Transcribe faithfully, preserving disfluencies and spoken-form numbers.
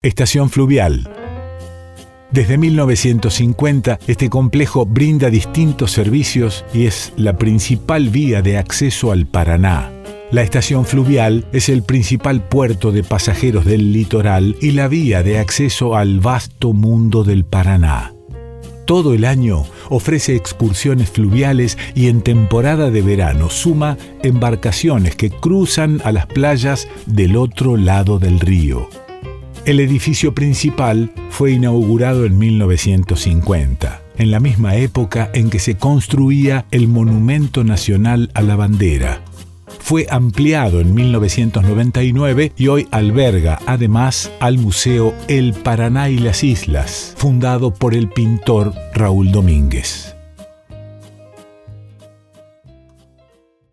Estación fluvial. Desde mil novecientos cincuenta, este complejo brinda distintos servicios y es la principal vía de acceso al Paraná. La estación fluvial es el principal puerto de pasajeros del litoral y la vía de acceso al vasto mundo del Paraná. Todo el año ofrece excursiones fluviales y en temporada de verano suma embarcaciones que cruzan a las playas del otro lado del río. El edificio principal fue inaugurado en mil novecientos cincuenta, en la misma época en que se construía el Monumento Nacional a la Bandera. Fue ampliado en mil novecientos noventa y nueve y hoy alberga además al Museo El Paraná y las Islas, fundado por el pintor Raúl Domínguez.